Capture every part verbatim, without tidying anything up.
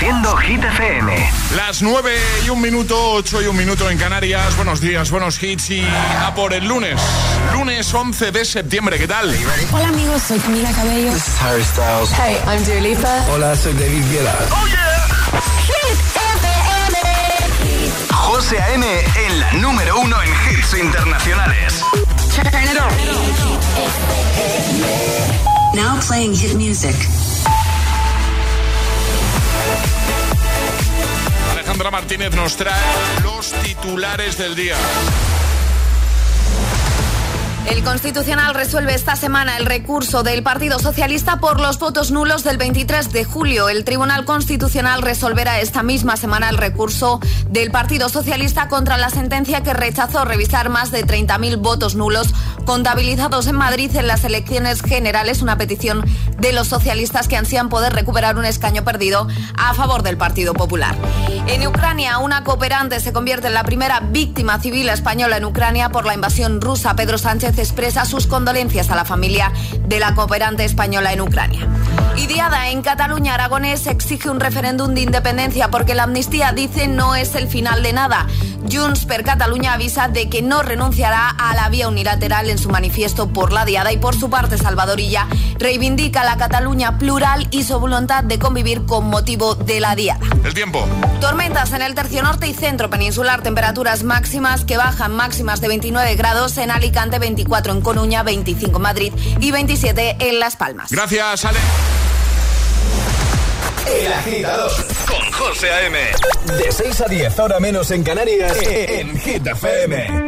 Haciendo Hit F M. Las nueve y un minuto, ocho y un minuto en Canarias. Buenos días, buenos hits y a por el lunes. Lunes once de septiembre, ¿qué tal? Hola amigos, soy Camila Cabello. This is Harry Styles. Hey, I'm Dua Lipa. Hola, soy David Guetta. ¡Oh, yeah! Hit F M. José A.M. en la número uno en hits internacionales. Turn it on. Now playing hit music. Alejandra Martínez nos trae los titulares del día. El Constitucional resuelve esta semana el recurso del Partido Socialista por los votos nulos del veintitrés de julio. El Tribunal Constitucional resolverá esta misma semana el recurso del Partido Socialista contra la sentencia que rechazó revisar más de treinta mil votos nulos contabilizados en Madrid en las elecciones generales, una petición de los socialistas que ansían poder recuperar un escaño perdido a favor del Partido Popular. En Ucrania, una cooperante se convierte en la primera víctima civil española en Ucrania por la invasión rusa. Pedro Sánchez expresa sus condolencias a la familia de la cooperante española en Ucrania. Y Diada, en Cataluña, Aragonés exige un referéndum de independencia porque la amnistía, dice, no es el final de nada. Junts per Catalunya avisa de que no renunciará a la vía unilateral en su manifiesto por la Diada y por su parte Salvador Illa reivindica la Cataluña plural y su voluntad de convivir con motivo de la Diada. El tiempo. Tormentas en el tercio norte y centro peninsular, temperaturas máximas que bajan, máximas de veintinueve grados en Alicante, veinticuatro en Coruña, veinticinco en Madrid y veintisiete en Las Palmas. Gracias, Ale. El Agitador con José A M. De seis a diez, hora menos en Canarias, en Hit F M.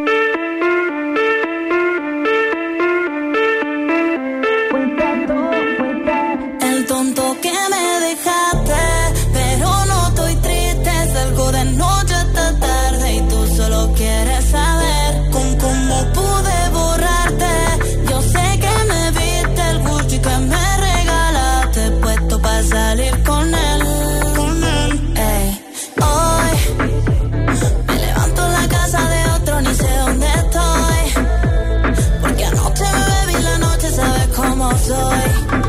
El tonto que me dejaste, pero no estoy triste, salgo de noche hasta tarde y tú solo quieres saber con cómo pude borrarte. Yo sé que me viste el Gucci que me regalaste, puesto para salir con él, con él. Ey. Hoy me levanto en la casa de otro, ni sé dónde estoy, porque anoche me bebí la noche, sabes cómo soy.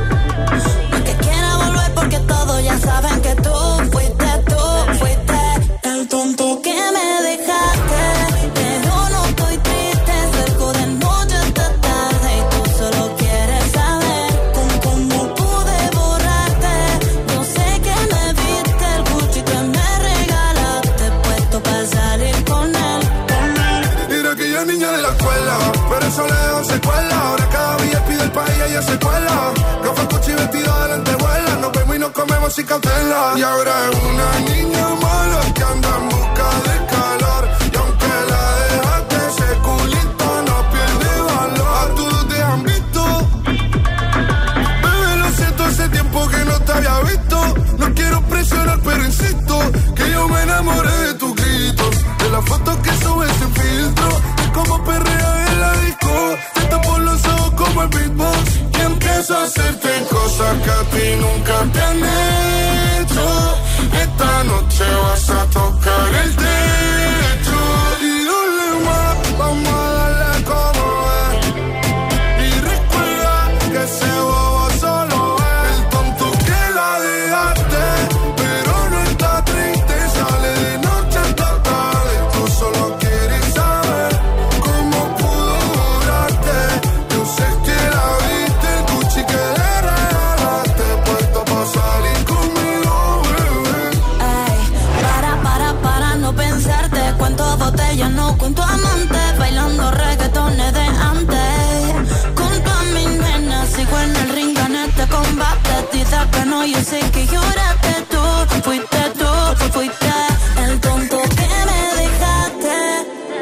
Todos ya saben que tú fuiste, tú fuiste el tonto que me dejaste, pero no estoy triste, salgo de noche hasta tarde y tú solo quieres saber con cómo pude borrarte. Yo sé que me viste el Gucci que me regalaste, puesto para salir con él, con él. Era aquella niña de la escuela, pero eso le dejó secuela. Ahora cada día pide el país y ella se cuela. Gafas, Gucci, vestido de lentejuela. Nos vemos y nos comemos sin cautela. Y ahora es una niña mala que anda en busca de calor. Y aunque la dejaste, ese culito no pierde valor. A todos te han visto. Bebé, lo siento, hace tiempo que no te había visto. No quiero presionar, pero insisto que yo me enamoré de tus gritos, de las fotos que subes sin filtro, de cómo perreas en la disco. Te tapo los ojos como el beatbox y empiezo a hacerte cosas que a ti nunca te han hecho. Esta noche vas a tocar el techo y dale más, vamos a darle como es. Y recuerda que ese bobo solo es el tonto que la dejaste, pero no está triste, sale de noche hasta tarde. Tú solo quieres saber cómo pudo durarte. Yo sé que la viste, el Gucci que le regalaste, puesto pa' salir conmigo, bebé. Ay, para, para, para no pensarte. Cuento botellas, no cuento amantes. Bailando reggaetones de antes. Con todas mis nenas, sigo en el ring en este combate. Dice que no, yo sé que lloraste tú. Fuiste tú, fuiste el tonto que me dejaste.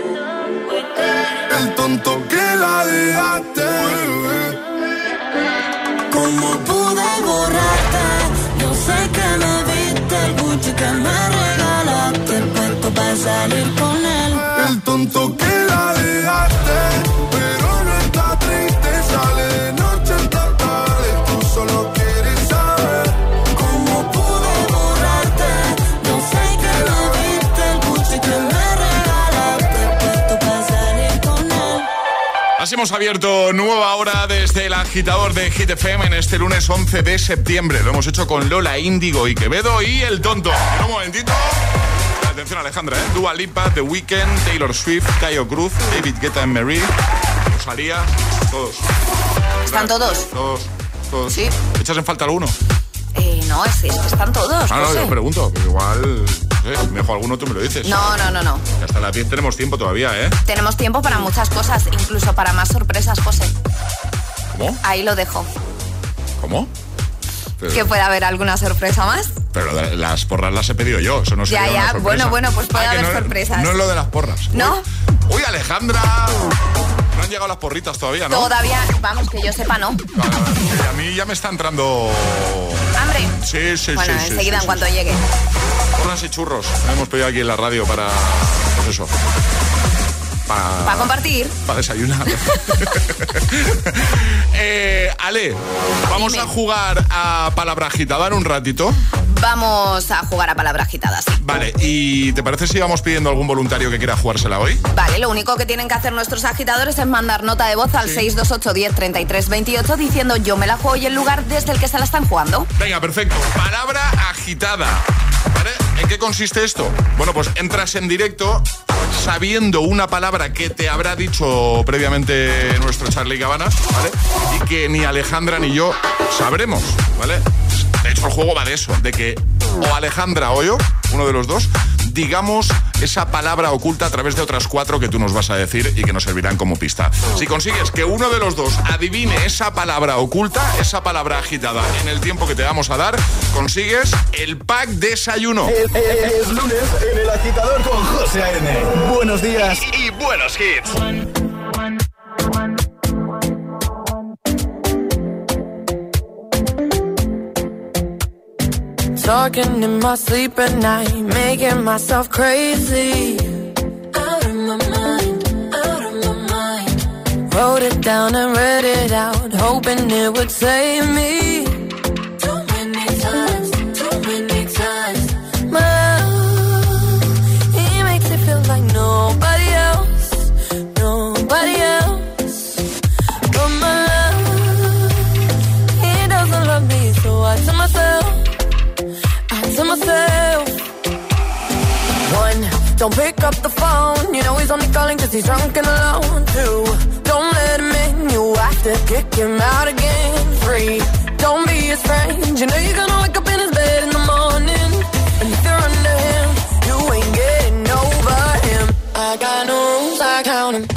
El tonto que la dejaste, bebé. ¿Cómo pude borrarte? Yo sé que me viste el Gucci que me regalaste, puesto para salir con él. El tonto que la dejaste, pero no está triste, sale de noche hasta tarde. Tú solo quieres saber ¿Cómo pude borrarte? Yo sé que me viste el Gucci que me regalaste, puesto para salir con él. Así hemos hemos abierto nueva hora desde el agitador de Hit F M en este lunes once de septiembre. Lo hemos hecho con Lola, Índigo y Quevedo y El Tonto. En un momentito, atención Alejandra, ¿eh? Dua Lipa, The Weeknd, Taylor Swift, Cayo Cruz, David Guetta and Mary, Rosalía, todos. ¿Están todos? Todos, todos. Sí. ¿Echas en falta alguno? Eh, no, es, es que están todos. Ah, no, José. yo pregunto, pero igual, no sé, mejor alguno tú me lo dices. No, no, no, no. Que hasta las diez tenemos tiempo todavía, ¿eh? Tenemos tiempo para muchas cosas, incluso para más sorpresas, José. ¿Cómo? Ahí lo dejo. ¿Cómo? Pero, ¿Que puede haber alguna sorpresa más? pero las porras las he pedido yo, eso no sería Ya, ya, una sorpresa. bueno, bueno, pues puede Ah, que haber no, sorpresas. No es lo de las porras. ¿No? Uy, uy, Alejandra. No han llegado las porritas todavía, ¿no? Todavía, vamos, que yo sepa, no. Vale, vale. A mí ya me está entrando... ¿Hambre? Sí, sí, bueno, sí. sí, enseguida, sí, en cuanto sí. llegue. Porras y churros. Hemos pedido aquí en la radio para... Pues eso. Para... ¿Para compartir? Para desayunar. eh, Ale, vamos Dime. a jugar a palabra agitada en un ratito. Vamos a jugar a palabra agitada, sí. Vale, ¿y te parece si vamos pidiendo algún voluntario que quiera jugársela hoy? Vale, lo único que tienen que hacer nuestros agitadores es mandar nota de voz al Sí. seis dos ocho, diez, treinta y tres, veintiocho diciendo yo me la juego y el lugar desde el que se la están jugando. Venga, perfecto. Palabra agitada. ¿Vale? ¿En qué consiste esto? Bueno, pues entras en directo sabiendo una palabra que te habrá dicho previamente nuestro Charlie Cabana, ¿vale? Y que ni Alejandra ni yo sabremos, ¿vale? De hecho, el juego va de eso, de que o Alejandra o yo, uno de los dos, digamos esa palabra oculta a través de otras cuatro que tú nos vas a decir y que nos servirán como pista. Si consigues que uno de los dos adivine esa palabra oculta, esa palabra agitada en el tiempo que te vamos a dar, consigues el pack desayuno. Es, es- es lunes en El Agitador con José A N. Buenos días. Y buenos hits. Talking in my sleep at night, making myself crazy. Out of my mind, out of my mind. Wrote it down and read it out, hoping it would save me. Too many times, too many times. My love, he makes it feel like nobody else, nobody else. But my love, he doesn't love me, so I tell myself. To myself. One, don't pick up the phone. You know he's only calling cause he's drunk and alone. Two, don't let him in. You have to kick him out again. Three, don't be his friend. You know you're gonna wake up in his bed in the morning. And if you're under him, you ain't getting over him. I got no rules, I count him.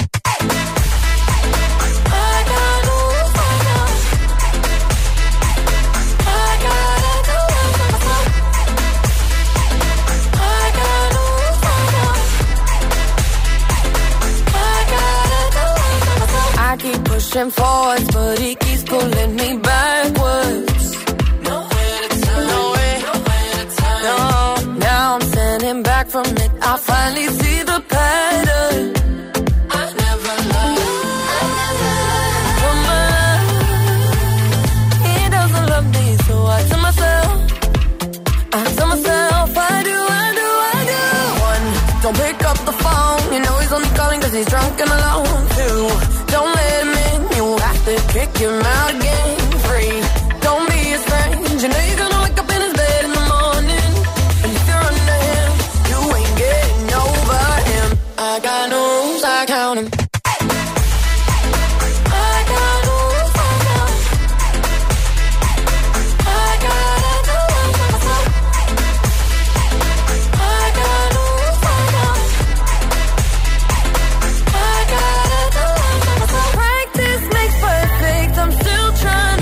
I got no rules, I count him. I gotta do it for myself. I keep pushing forwards, but he keeps pulling me backwards. Nowhere to turn, nowhere, nowhere to turn. No, now I'm standing back from it. I finally see the pattern. I never loved, I never loved. For my love, he doesn't love me, so I tell myself, I tell myself, I do, I do, I do. One, don't pick up the phone. You know he's only calling cause he's drunk and alone. Two, don't let him in, you have to kick him out again. Three, don't be his friend. You know you're gonna wake up in his bed in the morning. And if you're under him, you ain't getting over him. I got no rules, I count him. I got no rules, I count him. I gotta do it for myself. I got no rules, I count him. I gotta do it for myself. Practice makes perfect, I'm still trying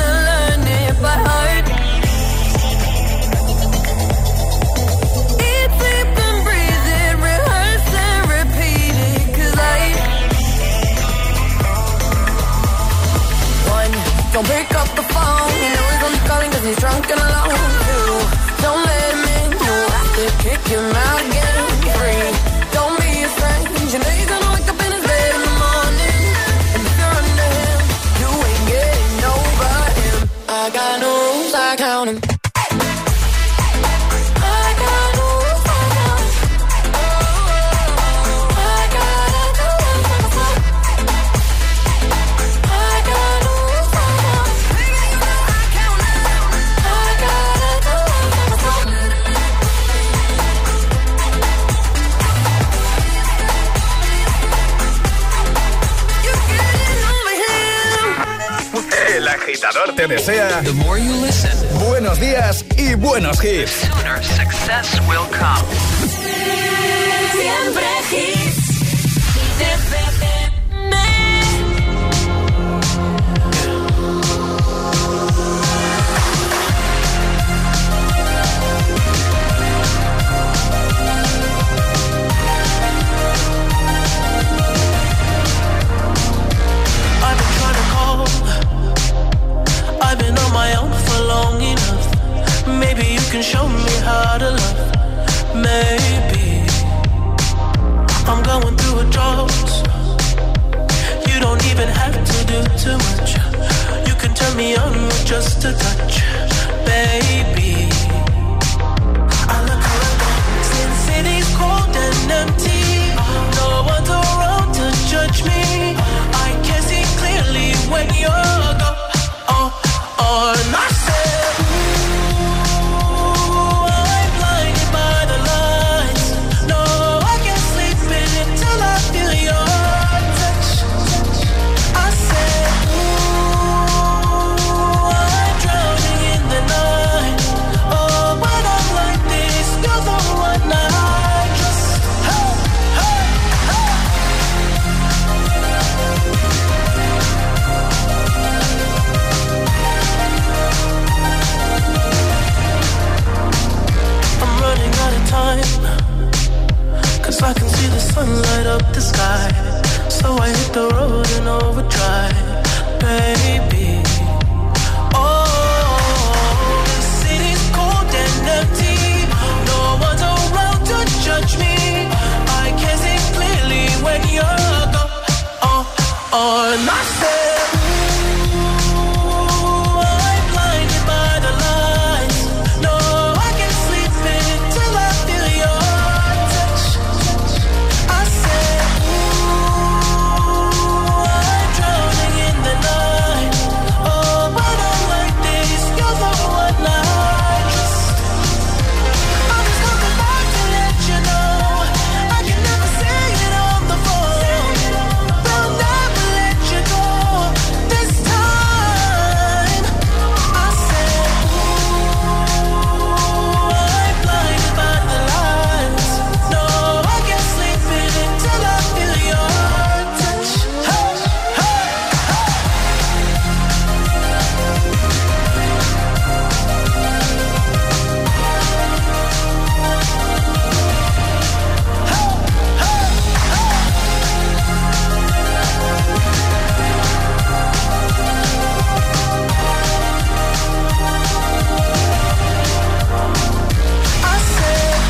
te desea The more you listen, buenos días y buenos hits. the sooner success will come. Siempre hits. Hits F M. I've been trying to call. I've been on my own for long enough. Maybe you can show me how to love. Maybe I'm going through a drought. You don't even have to do too much. You can turn me on with just a touch, baby. I look around since city's cold and empty. No one's around to judge me. I can see clearly when you're gone. Oh, oh, and I said, ooh, I'm blinded by the lights. No, I can't sleep until I feel your touch. I said, ooh, I'm drowning in the night. Oh, when I'm like this, you're the one I trust. Hey, hey, hey. I'm running out of time, 'cause I can see the sun light up the sky. So I hit the road in overdrive, baby. Oh, the city's cold and empty. No one's around to judge me. I can see clearly when you're gone. Oh, oh, and I said, ooh, I'm blinded by the lights. No, I can't sleep until I feel your touch. I said, ooh, I'm drowning in the night. Oh, when I'm like this, you're the one I trust. I'm just coming back to let you know I can never say it on the phone. They'll never let you go this time. I said, ooh, I'm blinded by the lights. No, I can't sleep until I feel your touch. Hey, hey, I said,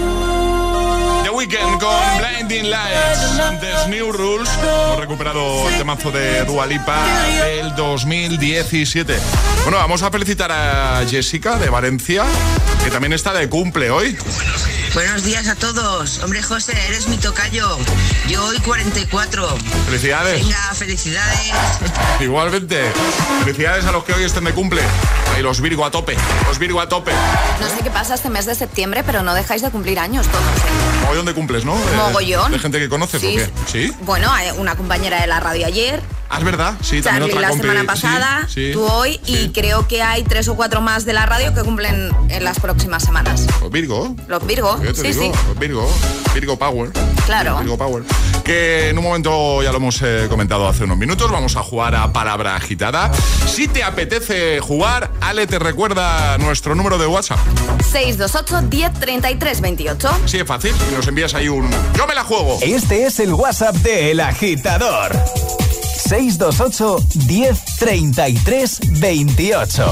ooh. The Weeknd con Blinding Lights. Antes New Rules. Hemos recuperado el temazo de Dua Lipa del dos mil diecisiete. Bueno, vamos a felicitar a Jessica de Valencia, que también está de cumple hoy. Buenos días a todos. Hombre, José, eres mi tocayo. Yo hoy cuarenta y cuatro. Felicidades. Venga, felicidades. Igualmente. Felicidades a los que hoy estén de cumple. Ahí los Virgo a tope. Los Virgo a tope. No sé qué pasa este mes de septiembre, pero no dejáis de cumplir años todos. ¿eh? Mogollón de cumples, ¿no? De, Mogollón. De gente que conoces, Sí. ¿o qué? ¿Sí? Bueno, hay una compañera de la radio ayer. Ah, es verdad. Sí, también Charlie otra la compi. semana pasada, Sí, sí, tú hoy, sí. y creo que hay tres o cuatro más de la radio que cumplen en las próximas semanas. Los Virgo. Los Virgo, ¿Qué te sí, digo? sí. Los Virgo. Virgo Power. Claro. Virgo Power. Que en un momento ya lo hemos eh, comentado hace unos minutos. Vamos a jugar a palabra agitada. Si te apetece jugar, Ale te recuerda nuestro número de WhatsApp. seis dos ocho, diez, treinta y tres, veintiocho. Sí, es fácil. Y nos envías ahí un yo me la juego. Este es el WhatsApp de El Agitador. seis dos ocho, diez, treinta y tres, veintiocho.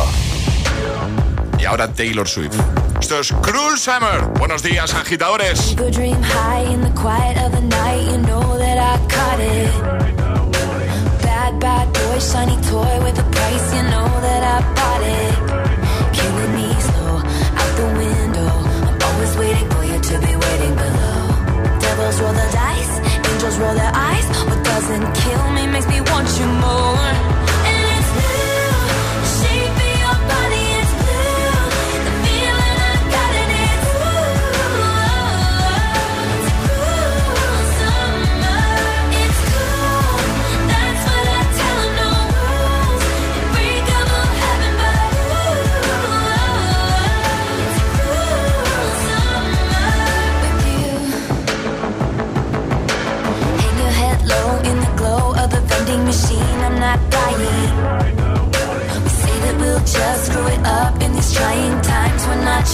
Y ahora Taylor Swift. Esto es Cruel Summer. Buenos días, agitadores. Go dream high in the quiet of the night. You know that I caught it. Bad, bad boy, shiny toy with a price. You know that I bought it. Killing me slow, out the window. I'm always waiting for you to be waiting below. Devils roll the dice, angels roll their eyes. What doesn't kill me makes me want you more. And it's blue, the shape of your body is blue. The feeling I got in it, ooh. It's cruel summer. It's cool, that's what I tell 'em. No rules, unbreakable.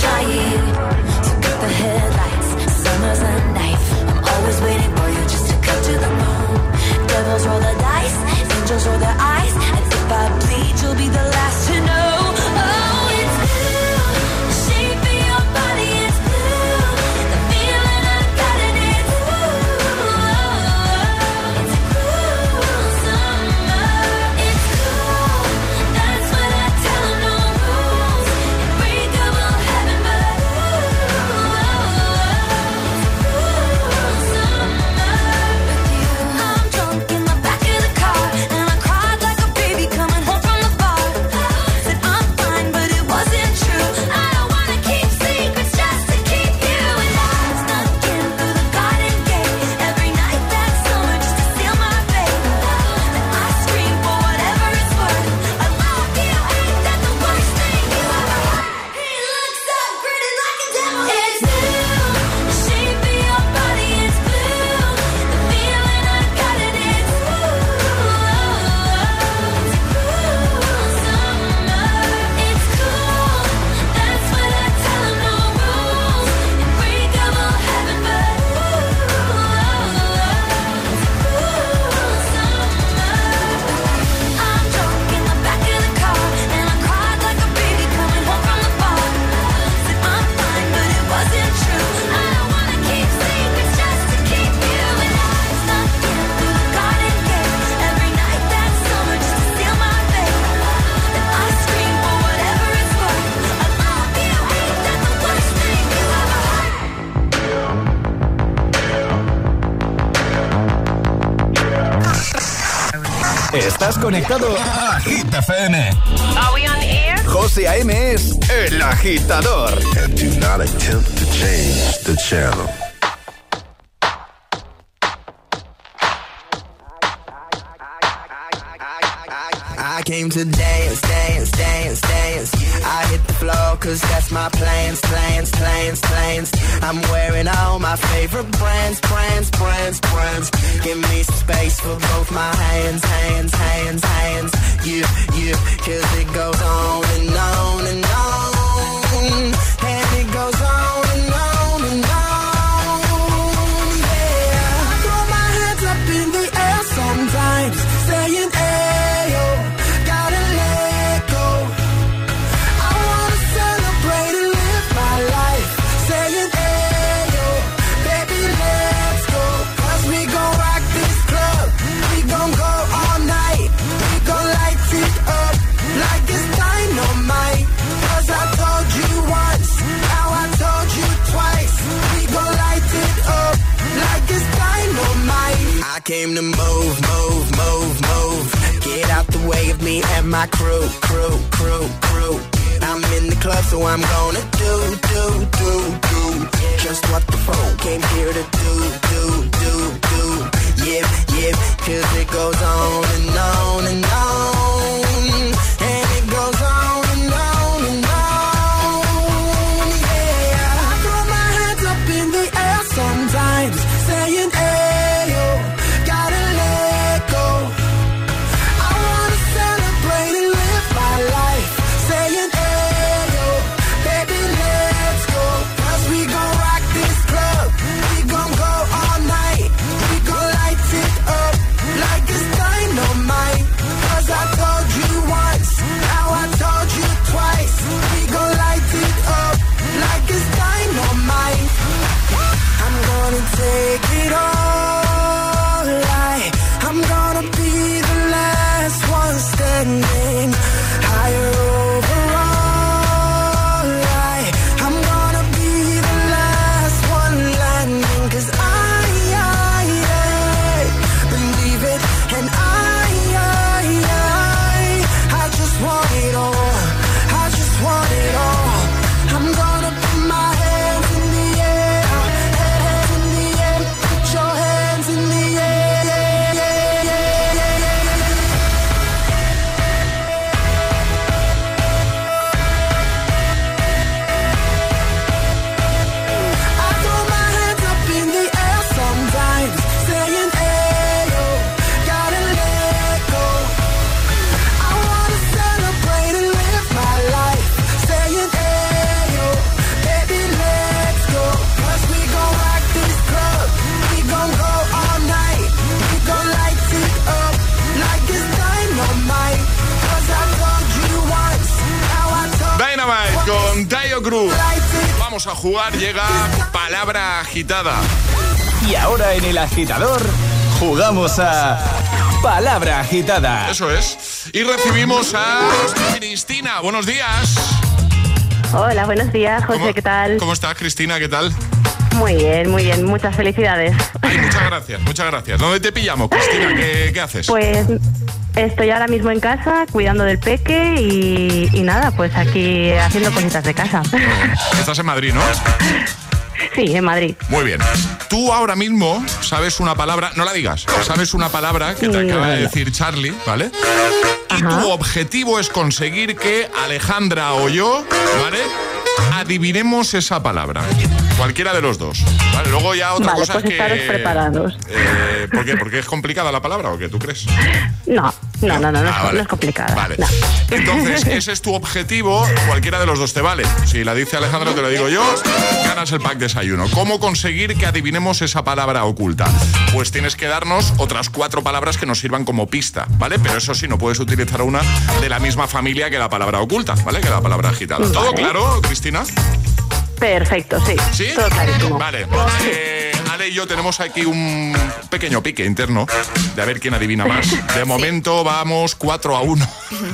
trying to get the headlights. Summer's a knife. I'm always waiting for you just to cut to the bone. Devils roll the dice, angels roll their eyes, and if I bleed, you'll be the last to know. Oh, it's blue, the shape of your body is blue, the feeling I got in it, ooh, it's cool summer, it's cool, that's what I tell them, no rules, unbreakable heaven, but ooh, it's cool summer with you. I'm drunk in the back of the car, and I cried like a baby coming home from the bar. Said I'm fine, but it wasn't true. I don't wanna keep secrets just to keep you. And I snuck in through the garden gate every night that summer just to seal my fate. And I scream for whatever it's worth. I love you, ain't that the worst thing you ever heard? He looks so pretty like a devil. It's blue, the shape of your body is blue, the feeling I got in it, ooh, it's cool summer, it's cool, that's what I tell them, no rules, unbreakable heaven, but ooh, it's cool summer. I'm drunk in the back of the car, and I cried like a baby coming home from the bar. Said I'm fine, but it wasn't true. I don't wanna keep secrets just to keep you. And I snuck in through the garden gate every night that summer just to seal my fate. And I scream for whatever it's worth. I love you, ain't that the worst thing you ever heard? Estás conectado a Hit F M. Are we on the air? José A M es el agitador. And do not attempt to change the channel. I came to dance, dance, dance, dance. I hit the floor cause that's my plans, plans, plans, plans. I'm wearing all my favorite brands, brands, brands, brands. Give me some space for both my hands, hands, hands, hands. You, you, cause it goes on and on and on. And it goes on and on and on. Yeah, I throw my hands up in the air sometimes, saying ayo, gotta let go. I wanna celebrate and live my life, saying ayo, baby let's go. Cause we gon' rock this club, we gon' go all night, we gon' light it up like it's dynamite. Cause I told you once, now I told you twice, we gon' light it up like it's dynamite. I came to move, move, move, move. Get out the way of me and my crew, crew, crew, crew. I'm in the club, so I'm gonna do, do, do, do just what the phone came here to do, do, do, do. Yep, yep, cause it goes on and on and on. And it goes on and on and on. Yeah, I throw my hands up in the air sometimes, saying ayo, gotta let go. I wanna celebrate and live my life, saying ayo, baby let's vamos a jugar. Llega palabra agitada. Y ahora en El Agitador jugamos a palabra agitada. Eso es. Y recibimos a Cristina. Buenos días. Hola, buenos días, José, ¿Cómo, ¿qué tal? ¿Cómo estás, Cristina? ¿Qué tal? Muy bien, muy bien, muchas felicidades. Ay, muchas gracias, muchas gracias. ¿Dónde te pillamos, Cristina? ¿Qué, qué haces? Pues estoy ahora mismo en casa, cuidando del peque y, y nada, pues aquí haciendo cositas de casa. Estás en Madrid, ¿no? Sí, en Madrid. Muy bien. Tú ahora mismo sabes una palabra, no la digas, sabes una palabra que te Sí, acaba de vale. decir Charlie, ¿vale? Y Ajá. tu objetivo es conseguir que Alejandra o yo, ¿vale?, adivinemos esa palabra. Cualquiera de los dos. Vale, luego ya otra Vale, cosa pues es que... estaros preparados. Eh, ¿Por qué? ¿Porque es complicada la palabra o qué tú crees? No, no, no, no, no, Ah, es, vale. no es complicada. Vale. No. Entonces, ese es tu objetivo. Cualquiera de los dos te vale. Si la dice Alejandra, te lo digo yo, ganas el pack desayuno. ¿Cómo conseguir que adivinemos esa palabra oculta? Pues tienes que darnos otras cuatro palabras que nos sirvan como pista, ¿vale? Pero eso sí, no puedes utilizar una de la misma familia que la palabra oculta, ¿vale? Que la palabra agitada. ¿Todo Vale. claro, Cristina? Perfecto, sí. ¿Sí? Todo clarísimo. Vale. Eh, Ale y yo tenemos aquí un pequeño pique interno de a ver quién adivina más. De momento vamos cuatro a uno.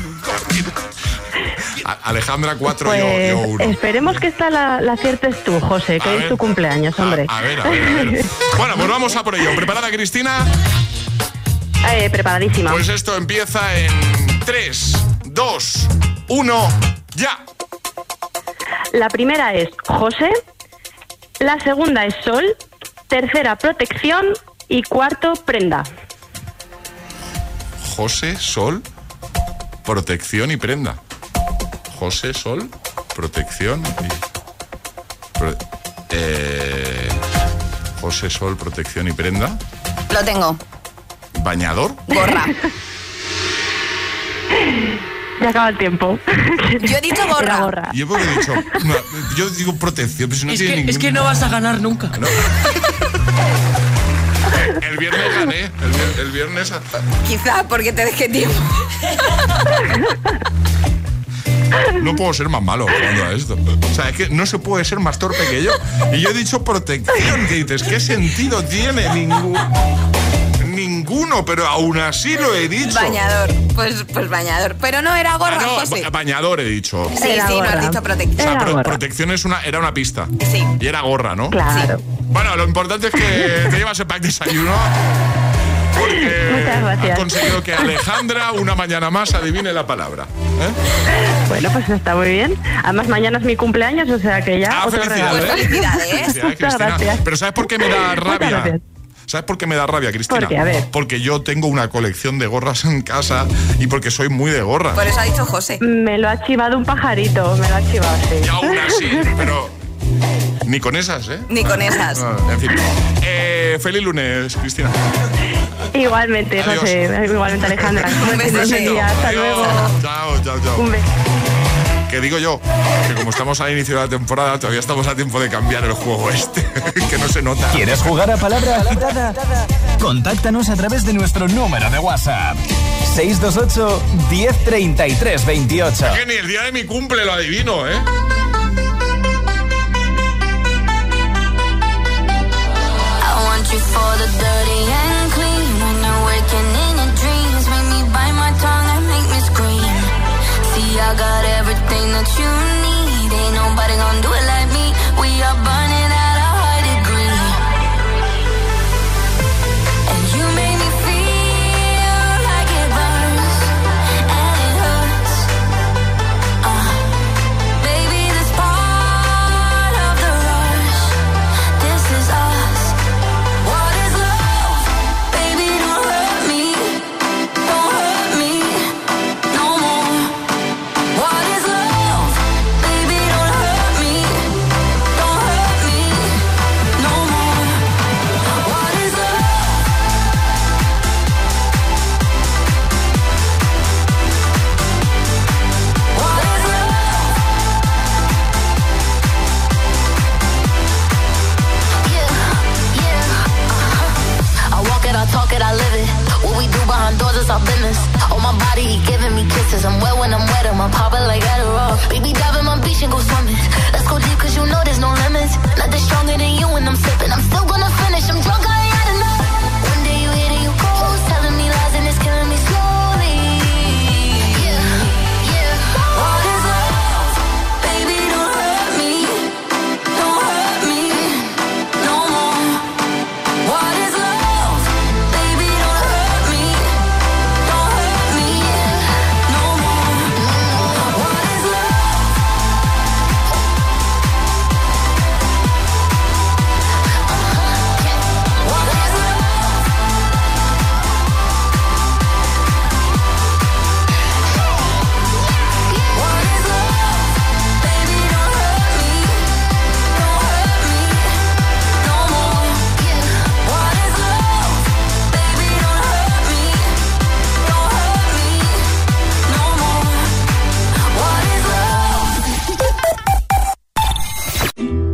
Alejandra cuatro, Pues yo, yo uno. esperemos que esta la, la aciertes tú, José, que A es ver. tu cumpleaños, hombre. A, a ver, a ver, a ver. Bueno, pues vamos a por ello. ¿Preparada, Cristina? Eh, preparadísima. Pues esto empieza en tres, dos, uno, ya. La primera es José, la segunda es Sol, tercera protección y cuarto prenda. José, Sol, protección y prenda. José, Sol, protección y... pro- eh, José, Sol, protección y prenda. Lo tengo. ¿Bañador? Gorra. Ya acaba el tiempo. Yo he dicho gorra. Era gorra. Yo porque he dicho... no, yo digo protección, pero si no Es tiene que, ningún... es que no vas a ganar nunca. No. El viernes gané. El, vier- el viernes... a- Quizá porque te dejé tiempo. No puedo ser más malo jugando a esto. O sea, es que no se puede ser más torpe que yo. Y yo he dicho protección, que dices, ¿qué sentido tiene? Ninguno. Ninguno, pero aún así lo he dicho. Bañador. Pues, pues bañador. Pero no era gorra, Ah, no, José. ba- bañador he dicho. Sí, Era sí, no gorra. has dicho O protección. sea, Era pro- gorra. protección es una, era una pista. Sí. Y era gorra, ¿no? Claro. Bueno, lo importante es que te llevas el pack de desayuno. Porque Muchas gracias. has conseguido que Alejandra una mañana más adivine la palabra. ¿eh? Bueno, pues está muy bien. Además, mañana es mi cumpleaños, o sea que ya Ah, otro felicidades. regalo. Pues felicidades. Felicidades, Muchas Cristina. gracias. Pero ¿sabes por qué me da Muchas rabia? gracias. ¿Sabes por qué me da rabia, Cristina? ¿Por qué? A ver. Porque yo tengo una colección de gorras en casa y porque soy muy de gorras. Por eso ha dicho José. Me lo ha chivado un pajarito, me lo ha chivado, sí. Y aún así, pero ni con esas, ¿eh? Ni con esas. Ah, en fin. Eh, feliz lunes, Cristina. Igualmente, Adiós. José, igualmente Alejandra. Un Buen fin de besito. día, hasta Adiós. luego. Chao, chao, chao. Un beso. Que digo yo, que como estamos al inicio de la temporada, todavía estamos a tiempo de cambiar el juego este, que no se nota. ¿Quieres jugar a palabra agitada? Contáctanos a través de nuestro número de WhatsApp. seis dos ocho, diez treinta y tres veintiocho. Que ni el día de mi cumple lo adivino, ¿eh? I want you for the dirty and clean. When you're waking in your dreams, make me bite my tongue and make me scream. See, I got everything that you need. Ain't nobody gonna do it like me. We are burning at a high degree. And you make me feel like it burns and it hurts. Uh, baby, this part of the rush. This is us. What is love? Baby, don't hurt me. Don't hurt me no more. What is love? Baby, don't hurt me. Don't hurt me no more. What is love? What is love? Yeah, yeah, uh-huh. I walk it, I talk it, I live it. What we do behind doors is our business. On my body, he giving me kisses. I'm wet when I'm wet, I'm popping like Adderall. Baby, dive in my beach and go swimming. Let's go deep, cause you know there's no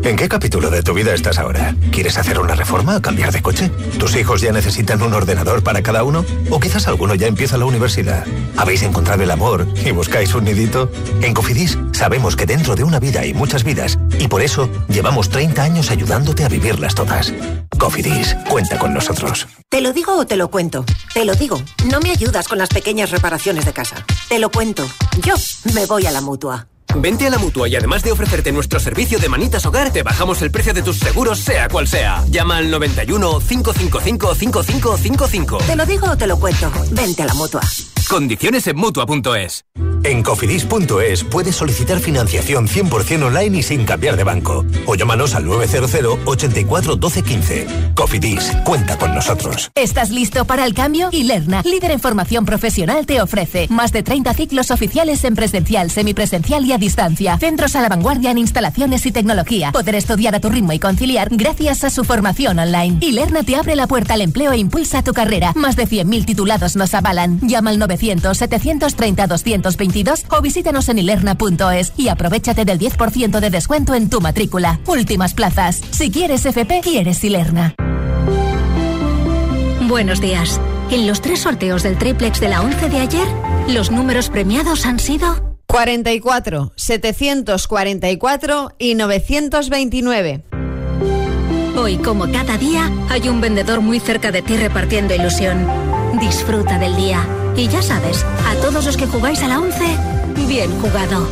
¿En qué capítulo de tu vida estás ahora? ¿Quieres hacer una reforma o cambiar de coche? ¿Tus hijos ya necesitan un ordenador para cada uno? ¿O quizás alguno ya empieza la universidad? ¿Habéis encontrado el amor y buscáis un nidito? En Cofidis sabemos que dentro de una vida hay muchas vidas y por eso llevamos treinta años ayudándote a vivirlas todas. Cofidis, cuenta con nosotros. ¿Te lo digo o te lo cuento? Te lo digo. No me ayudas con las pequeñas reparaciones de casa. Te lo cuento. Yo me voy a la Mutua. Vente a la Mutua y además de ofrecerte nuestro servicio de manitas hogar, te bajamos el precio de tus seguros sea cual sea. Llama al noventa y uno, cinco cinco cinco, cinco cinco cinco cinco. ¿Te lo digo o te lo cuento? Vente a la Mutua. Condiciones en Mutua punto es. En Cofidis punto es puedes solicitar financiación cien por ciento online y sin cambiar de banco. O llámanos al nueve cero cero, ochenta y cuatro, doce, quince. Cofidis, cuenta con nosotros. ¿Estás listo para el cambio? Ilerna, líder en formación profesional, te ofrece más de treinta ciclos oficiales en presencial, semipresencial y a distancia. Centros a la vanguardia en instalaciones y tecnología. Poder estudiar a tu ritmo y conciliar gracias a su formación online. Ilerna te abre la puerta al empleo e impulsa tu carrera. Más de cien mil titulados nos avalan. Llama al novecientos, setecientos treinta, doscientos veintidós o visítanos en ilerna punto es y aprovechate del diez por ciento de descuento en tu matrícula. Últimas plazas. Si quieres F P, quieres Ilerna. Buenos días. En los tres sorteos del triplex de la once de ayer, los números premiados han sido cuarenta y cuatro, setecientos cuarenta y cuatro y novecientos veintinueve. Hoy, como cada día, hay un vendedor muy cerca de ti repartiendo ilusión. Disfruta del día. Y ya sabes, a todos los que jugáis a la once, bien jugado.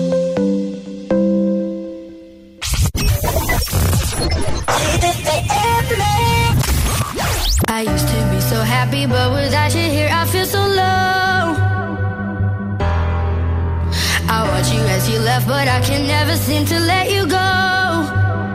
I used to be so happy, but without you here, I feel so low. I watch you as you left, but I can never seem to let you go.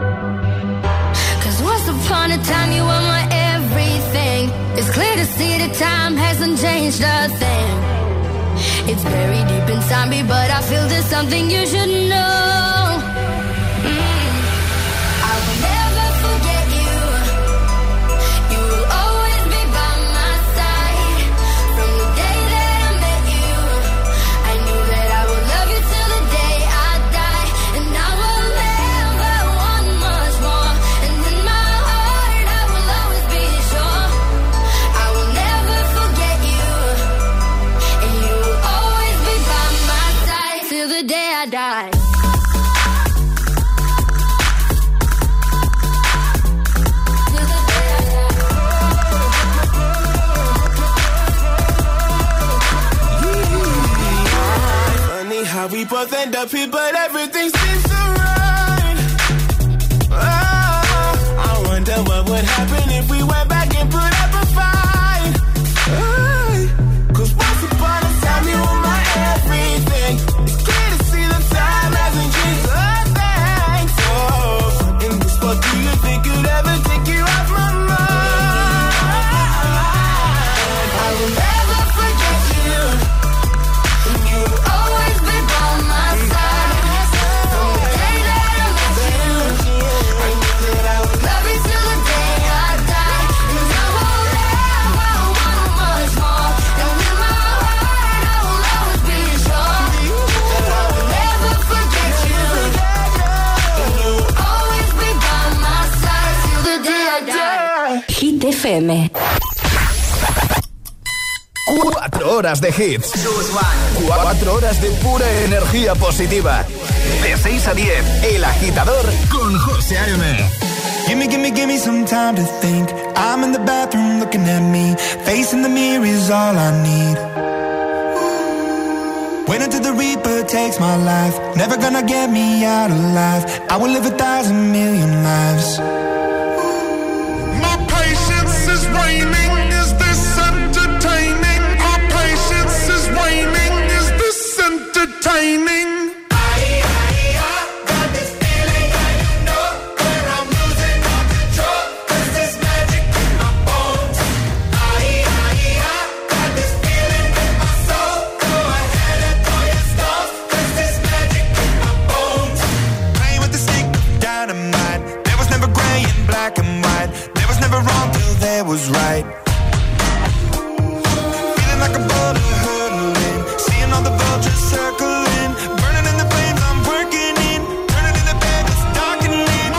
Cause once upon a time, you were my everything. It's clear to see that time hasn't changed a thing. It's buried deep inside me, but I feel there's something you should know. Mm. I will never forget you. You will always be by my side. From the day that I met you, I knew that I would love you till the day I die. And I will never want much more. And in my heart I will always be sure I will never forget you. And you will always be by my side till the day I die. How we both end up here, but everything seems so right. Oh, I wonder what would happen if we went back and put up a fight. Oh, Cause once upon a time you were my everything. It's clear to see the time hasn't changed a thing. So, in this spot, do you think you'd ever take you off my mind? I will never forget you. And you will always be by my side. From the day that I met you, I knew that I would love you till the day I die. And I will never want much more. And in my heart I will always be sure that I will never forget you. And you will always be by my side till the day I die. Hit F M. Cuatro horas de hits. Cuatro horas de pura energía positiva. De seis a diez, El Agitador con José A M. Gimme, gimme, gimme some time to think. I'm in the bathroom looking at me. Facing the mirror is all I need. Wait until the Reaper takes my life. Never gonna get me out alive. I will live a thousand million lives. My patience is waning. Is this entertaining? Our patience is waning. Is this entertaining? Was right. Feeling like a boulder hurtling, seeing all the vultures circling, burning in the flames I'm working in, turning in the bed that's darkening.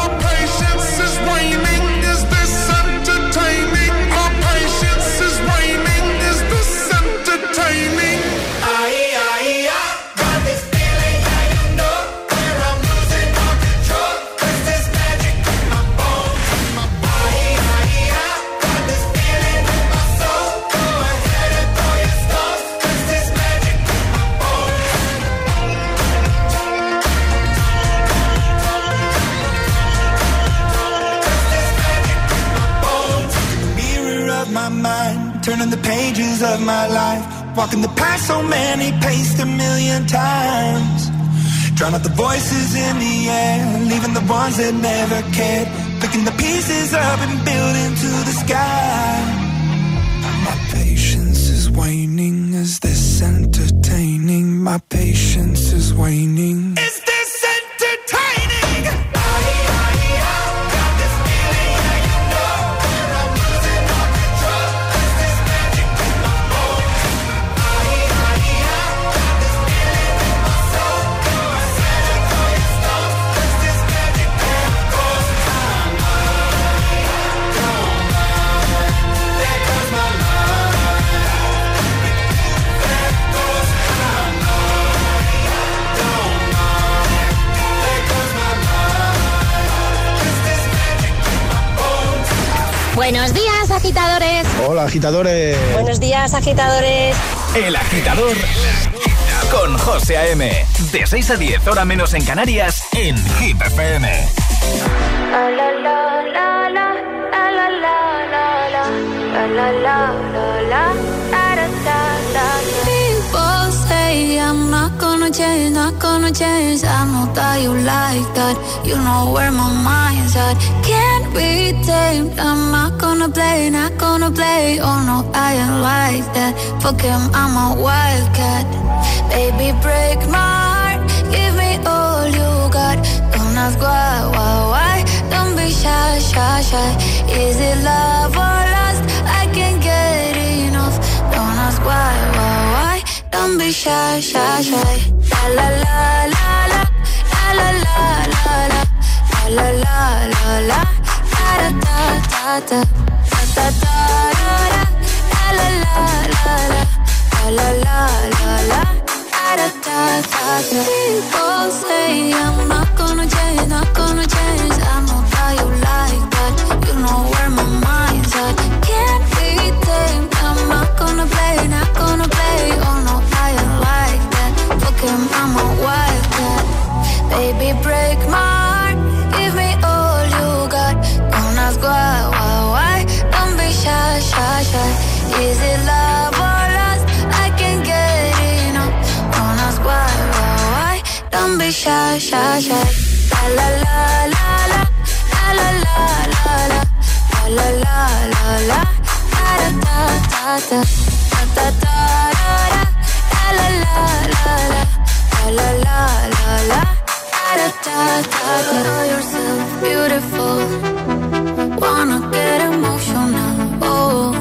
turning the pages of my life, walking the path so many paced a million times. Drown out the voices in the air, leaving the ones that never cared. Picking the pieces up and building to the sky. My patience is waning. Is this entertaining? My patience is waning. Is this entertaining? Buenos días, agitadores. Hola, agitadores. Buenos días, agitadores. El Agitador con José A M. De seis a diez, hora menos en Canarias, en Hit F M. La la la la la la la la la la la la la la. People say I'm not gonna change, not gonna change. I know that you like that. You know where my mind's at. Can't be tamed. I'm not gonna play, not gonna play. Oh no, I ain't like that. Fuck him, I'm a wildcat. Baby, break my heart. Give me all you got. Don't ask why, why, why. Don't be shy, shy, shy. Is it love or lust? I can't get enough. Don't ask why, why, why. Don't be shy, shy, shy. La la la la la. La la la la la. La la la la. Da da da da. Da da da da. La la la la la. La la la la. Da da da da. People say I'm not gonna change, not gonna change. I know how you like that. You know where my mind's at. Can't be tamed. I'm not gonna play, not gonna play. Oh no, I ain't like that. Fuck him, I'm a wildcat. Baby, break my heart. Give me all you got. Don't ask why, why, why. Don't be shy, shy, shy. Is it love or lust? I can't get enough. Don't ask why, why, why. Don't be shy, shy, shy. La la la la la. La la la la la. La la la la. Da da da da. Da da da da. La la la la. La la la la. Da da da da. Know yourself beautiful. Wanna get emotional. Oh.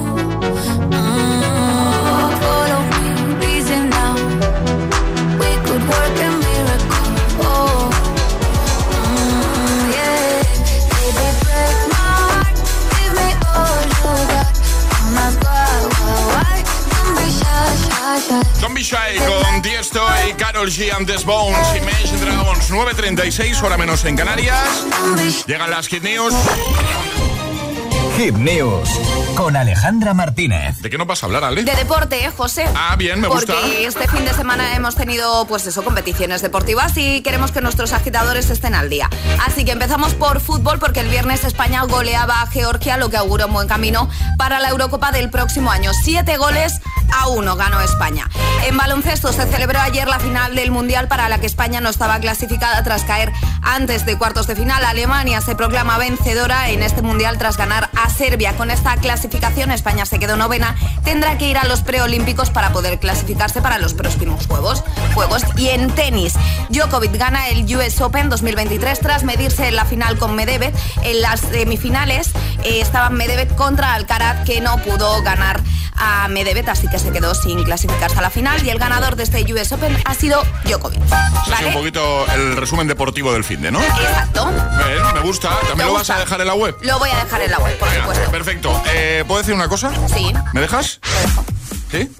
Mm. Follow me, reason now. We could work a miracle. Oh. Mm, yeah. Baby, break my heart. Give me all you got. Don't ask why, why, why. Don't be shy, shy, shy. Don't be shy con Tiesto y Karol G and The Bones, Imagine Dragons. Nueve treinta y seis, hora menos en Canarias. Llegan las Hit News. Hit News con Alejandra Martínez. ¿De qué nos vas a hablar, Ale? De deporte, ¿eh, José? Ah, bien, me gusta. Porque este fin de semana hemos tenido, pues eso, competiciones deportivas y queremos que nuestros agitadores estén al día. Así que empezamos por fútbol, porque el viernes España goleaba a Georgia, lo que augura un buen camino para la Eurocopa del próximo año. Siete goles a uno ganó España. En baloncesto se celebró ayer la final del Mundial, para la que España no estaba clasificada tras caer antes de cuartos de final. Alemania se proclama vencedora en este Mundial tras ganar a Serbia. Con esta clasificación España se quedó novena, tendrá que ir a los preolímpicos para poder clasificarse para los próximos juegos. juegos. Y en tenis, Djokovic gana el U S Open dos mil veintitrés tras medirse en la final con Medvedev. En las semifinales eh, estaban Medvedev contra Alcaraz, que no pudo ganar a Medvedev, así que se quedó sin clasificarse a la final, y el ganador de este U S Open ha sido Djokovic. ¿Vale? Es un poquito el resumen deportivo del fin de, ¿no? Exacto. Bien, me gusta. ¿También lo vas a dejar en la web? Lo voy a dejar en la web, por Venga, supuesto. Perfecto. Eh, ¿Puedo decir una cosa? Sí. ¿Me dejas? ¿Sí?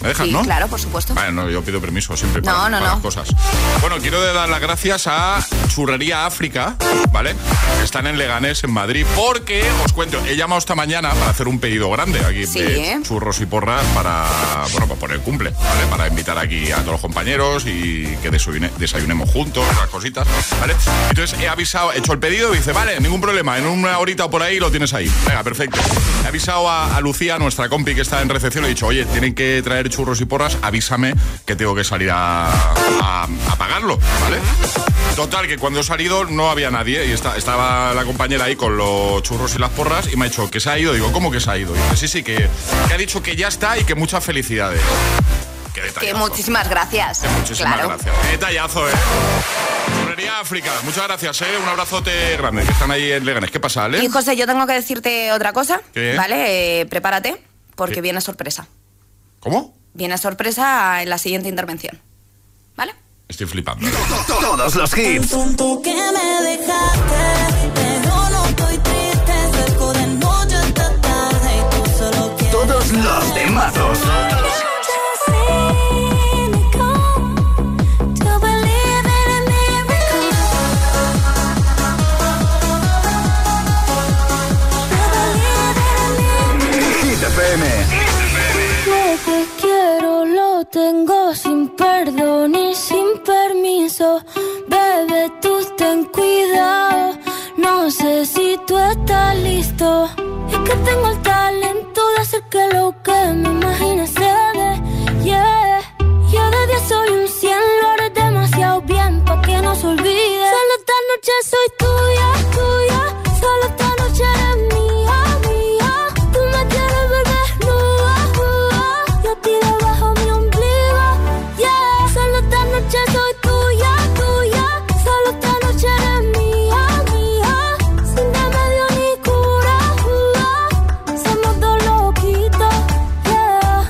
¿Me dejas, sí, no? Claro, por supuesto. Vale, no, yo pido permiso siempre para, no, no, para no. las cosas. Bueno, quiero dar las gracias a Churrería África, ¿vale? Están en Leganés, en Madrid, porque, os cuento, he llamado esta mañana para hacer un pedido grande aquí sí. de churros y porras para, bueno, para poner cumple, ¿vale? Para invitar aquí a todos los compañeros y que desayune, desayunemos juntos, las cositas, ¿vale? Entonces he avisado, he hecho el pedido y dice, vale, ningún problema, en una horita o por ahí lo tienes ahí. Venga, perfecto. He avisado a, a Lucía, nuestra compi que está en recepción, le he dicho, oye, tienen que traer churros y porras, avísame que tengo que salir a, a, a pagarlo, ¿vale? Total, que cuando he salido no había nadie y está, estaba la compañera ahí con los churros y las porras y me ha dicho que se ha ido. Digo, ¿cómo que se ha ido? Y dice, sí, sí, que, que ha dicho que ya está y que muchas felicidades. Qué detallazo. Que muchísimas gracias. Que muchísimas claro. gracias. Qué detallazo, ¿eh? Churrería África, muchas gracias, ¿eh? Un abrazote grande, que están ahí en Leganés. ¿Qué pasa, Ale? Y José, yo tengo que decirte otra cosa, ¿Qué? ¿vale? Eh, prepárate, porque ¿Qué? viene sorpresa. ¿Cómo? Viene sorpresa en la siguiente intervención, ¿vale? Estoy flipando. Todos los hits. Tanto que me dejaste, pero no estoy triste, cerco de noche hasta tarde y tú solo quieres. Todos los temazos. Hit F M. Lo que quiero lo tengo sin perdón y sin permiso. Bebé, tú ten cuidado. No sé si tú estás listo. Es que tengo el talento de hacer que lo que me imagines se dé. Yeah. Yo de diez soy un cien, lo haré demasiado bien pa' que no se olvide. Solo esta noche soy tuya, tuya. Solo esta noche eres mía, mía. Tú me quieres ver desnuda, uh, yo a ti debajo mi ombligo. Yeah. Solo esta noche soy tuya, tuya. Solo esta noche eres mía, mía. Sin remedio ni cura, uh, somos dos loquitos, yeah.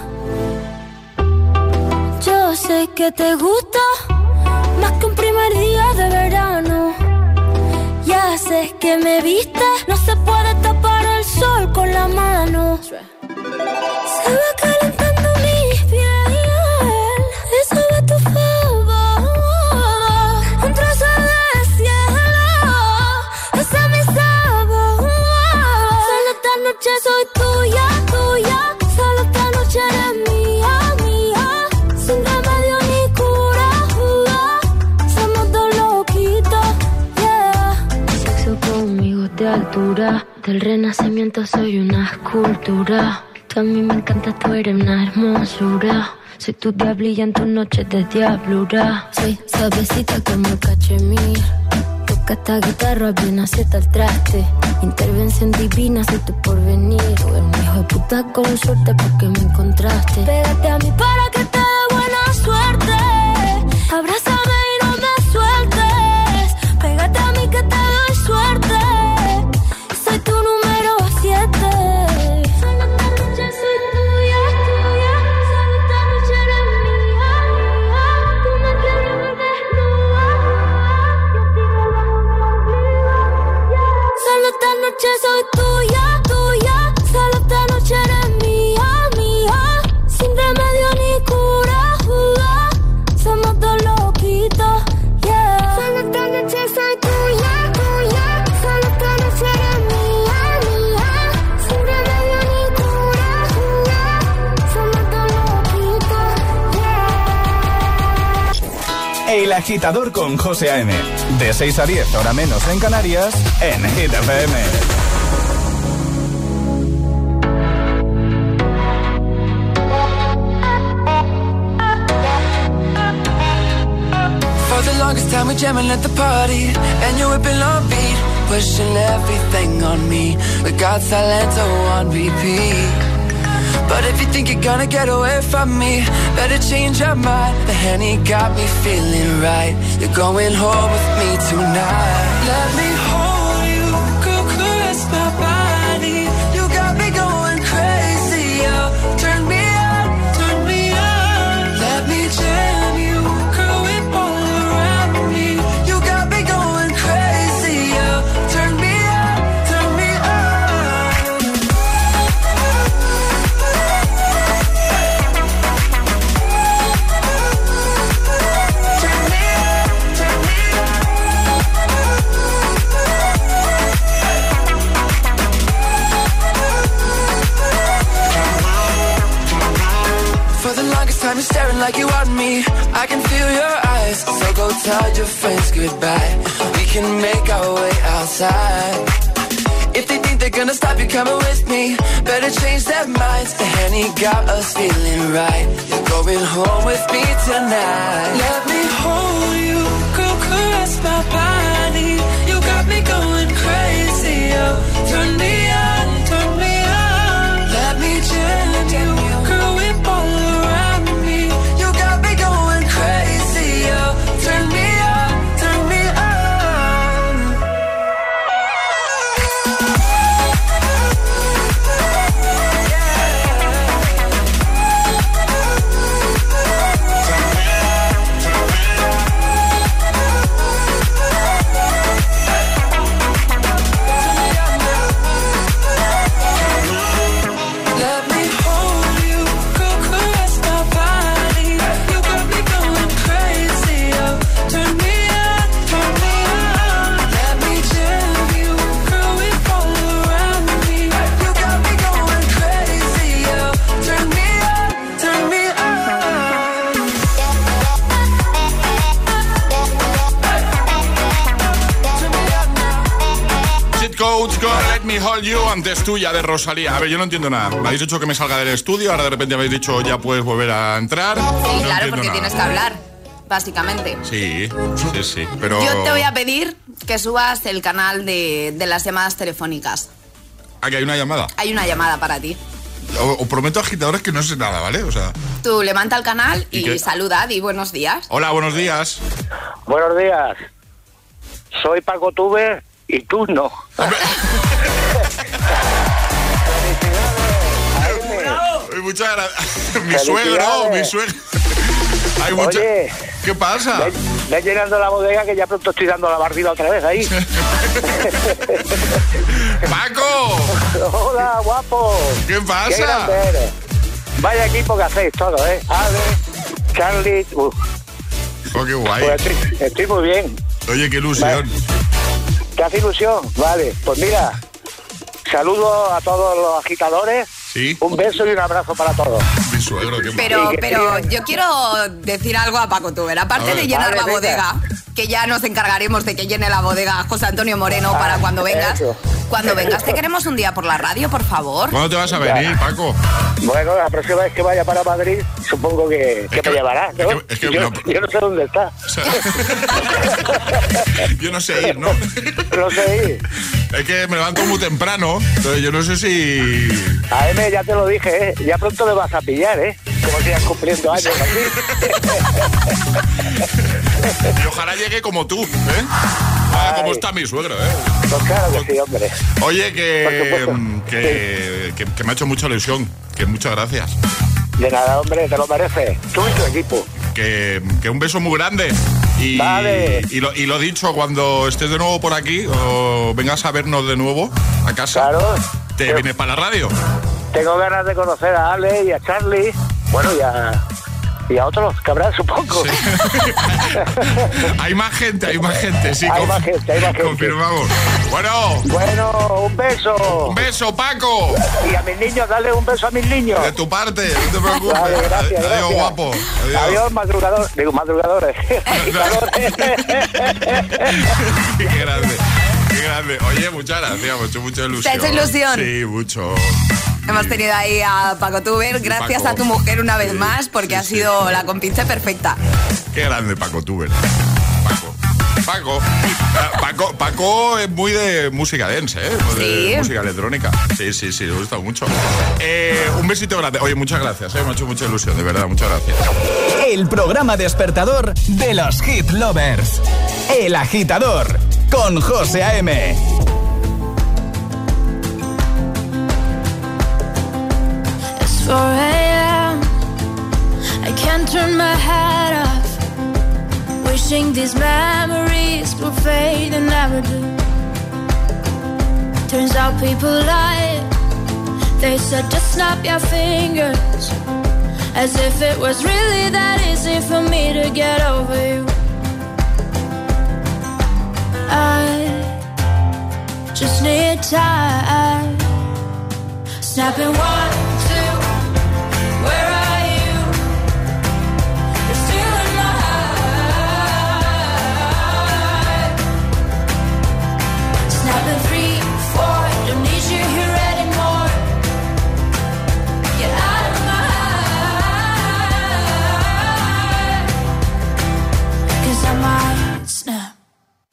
Yo sé que te gusta más que un primer día de verano. Ya sé que me viste, no se puede tapar el sol con la mano. Se va calentando mi piel, eso de tu favor. Un trozo de cielo, ese es mi sabor. Solo esta noche soy tuya, tuya. Solo esta noche eres mía, mía. Sin remedio ni cura, uh, somos dos loquitos, yeah. Sexo conmigo de altura, del renacimiento soy una escultura. Tú a mí me encanta, tú eres una hermosura. Soy tu diablilla en tus noches de diablura. Soy suavecita como el cachemir. Toca esta guitarra bien acierta el traste. Intervención divina, soy tu porvenir. Tú eres un hijo de puta con suerte porque me encontraste. Pégate a mí para que te dé buena suerte. Abrázame y no me sueltes. Pégate a mí que te doy suerte. Soy tu número siete. Solo esta noche soy tuya, tuya. Solo esta noche eres mía, mía. Tú me quieres ver desnuda, yo a ti debajo mi ombligo, yeah. Solo esta noche soy tuya, tuya. Solo esta noche eres mía, mía. Sin remedio ni cura, uh, somos dos loquitos, yeah. Solo esta noche soy tuya, tuya. Solo esta noche eres mía, mía. Sin remedio ni cura, uh, somos dos loquitos, yeah. El Agitador con José A M. De seis a diez, hora menos en Canarias, en Hit F M. For the longest time we jamming at the party, and you whipping on beat, pushing everything on me. We got Salento on repeat. But if you think you're gonna get away from me, better change your mind. The Henny got me feeling right. You're going home with me tonight. Let me hold you, go caress my body. You got me going crazy, yo. Turn me on, turn me on. Let me jam you, girl, whip all around me. You got me going crazy, yo. Turn me on, turn me on. time you're staring like you want me. I can feel your eyes, so go tell your friends goodbye. We can make our way outside. If they think they're gonna stop you coming with me, better change their minds. The Henny got us feeling right. You're going home with me tonight. Let me hold you, girl, caress my body. You got me going crazy, oh. Turn me on, turn me on. Let me jam you, girl, whip all around me. You got me going crazy, oh. Turn me on, turn me on. Let Me Hold You, antes tuya de Rosalía. A ver, yo no entiendo nada. Me habéis dicho que me salga del estudio, ahora de repente habéis dicho ya puedes volver a entrar. Sí, no claro, porque nada. tienes que hablar, básicamente. Sí, sí, sí, pero... Yo te voy a pedir que subas el canal de, de las llamadas telefónicas. Aquí hay una llamada. Hay una llamada para ti. Os, os prometo, agitadores, que no sé nada, ¿vale? O sea... Tú levanta el canal y, y saluda, di buenos días. Hola, buenos días. Buenos días. Soy Paco Tuber y tú no. Ay, muchas gracias. Mi suegro, mi suegro. Hay mucha... Oye, ¿qué pasa? Ve, ve llenando la bodega que ya pronto estoy dando la barrida otra vez ahí. ¡Paco! Hola, guapo. ¿Qué pasa? Qué grande eres. Vaya equipo que hacéis todo, ¿eh? Ale, Charlie... Uh. Oh, qué guay. Pues estoy, estoy muy bien. Oye, qué ilusión. ¿Te hace ilusión? Vale, pues mira, saludo a todos los agitadores. Sí. Un beso y un abrazo para todos. Mi suegro, qué Pero, pero yo quiero decir algo a Paco Tuber. Aparte de llenar vale, la venga. bodega, que ya nos encargaremos de que llene la bodega José Antonio Moreno Ah, para cuando vengas. eso. Cuando vengas te queremos un día por la radio, por favor. ¿Cuándo te vas a venir, Paco? Bueno, la próxima vez que vaya para Madrid, supongo que, que que- me llevará, ¿no? es que- es que yo, no- yo no sé dónde está. O sea, yo no sé ir, ¿no? No sé ir. Es que me levanto muy temprano, entonces yo no sé si... A M ya te lo dije, ¿eh? Ya pronto me vas a pillar, ¿eh? Como sigas cumpliendo años así. Y ojalá llegue como tú, ¿eh? Ah, como está mi suegro, ¿eh? Pues claro que sí, hombre. Oye, que, Por supuesto. que, que, que me ha hecho mucha ilusión, que muchas gracias. De nada, hombre, te lo mereces. Tú y tu equipo. Que, que un beso muy grande. Y, Vale. y, lo, y lo dicho, cuando estés de nuevo por aquí o vengas a vernos de nuevo a casa, Claro. te vienes para la radio. Tengo ganas de conocer a Ale y a Charlie. Bueno, y a, y a otros que habrá, supongo. Hay más gente, hay más gente, sí. Hay conf- más gente, hay más gente. Confirmamos. Bueno, Bueno, un beso. un beso, Paco. Y a mis niños, dale un beso a mis niños. De tu parte, no te preocupes. Vale, gracias, Adiós, gracias. guapo. Adiós. Adiós, madrugador. Digo, madrugadores. Agitadores. Qué grande, qué grande. Oye, muchas gracias, me ha hecho mucha ilusión. ¿Te ha hecho ilusión? Sí, mucho. Hemos tenido ahí a Paco Tuber. Gracias Paco. a tu mujer una vez más, porque Sí, ha sí. sido la compinche perfecta. Qué grande Paco Tuber. Paco. Paco. Ah, Paco. Paco es muy de música dance, ¿eh? Muy de Sí. música electrónica. Sí, sí, sí, me gusta mucho. Eh, un besito grande. Oye, muchas gracias, ¿eh? Me ha hecho mucha ilusión, de verdad, muchas gracias. El programa despertador de los hit lovers. El Agitador con José A M. It's four a.m. I can't turn my head off. Wishing these memories will fade and never do. Turns out people lie. They said just snap your fingers, as if it was really that easy for me to get over you. I just need time. Snapping one, two, where are you?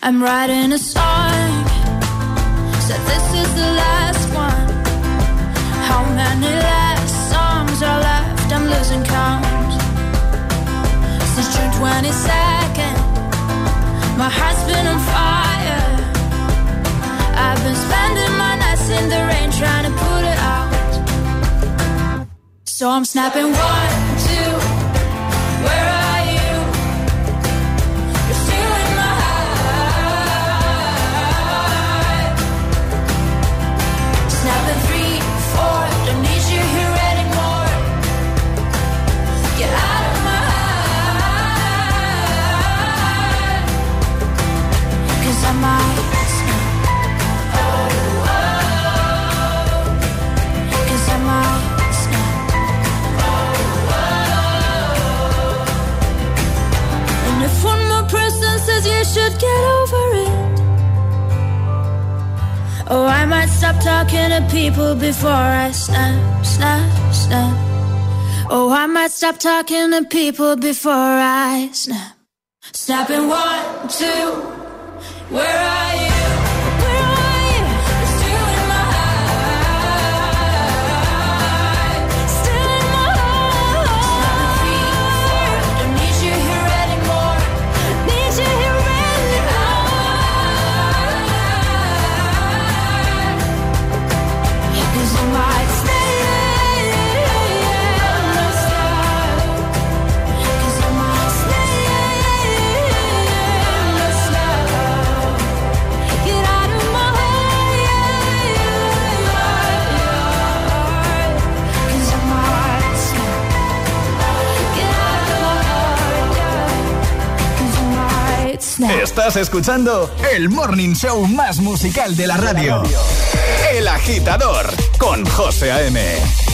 I'm writing a song, so this is the last one. How many last songs are left? I'm losing count. Since June twenty-second, my heart's been on fire. I've been spending my nights in the rain trying to put it out. So I'm snapping one, two, where are you? You're still in my heart. Snapping three, four, don't need you here anymore. Get out of my heart. 'Cause I might snap. Oh, oh. 'Cause I might snap. Oh, oh. And if one more person says you should get over it, oh, I might stop talking to people before I snap, snap, snap. Oh, I might stop talking to people before I snap. Snapping one, two, where are you? Where are you? You're still in my heart. Still in my heart. Snapping three, four, don't need you here anymore. Need you here anymore. 'Cause I might stay. Estás escuchando el morning show más musical de la radio. El Agitador con José A M.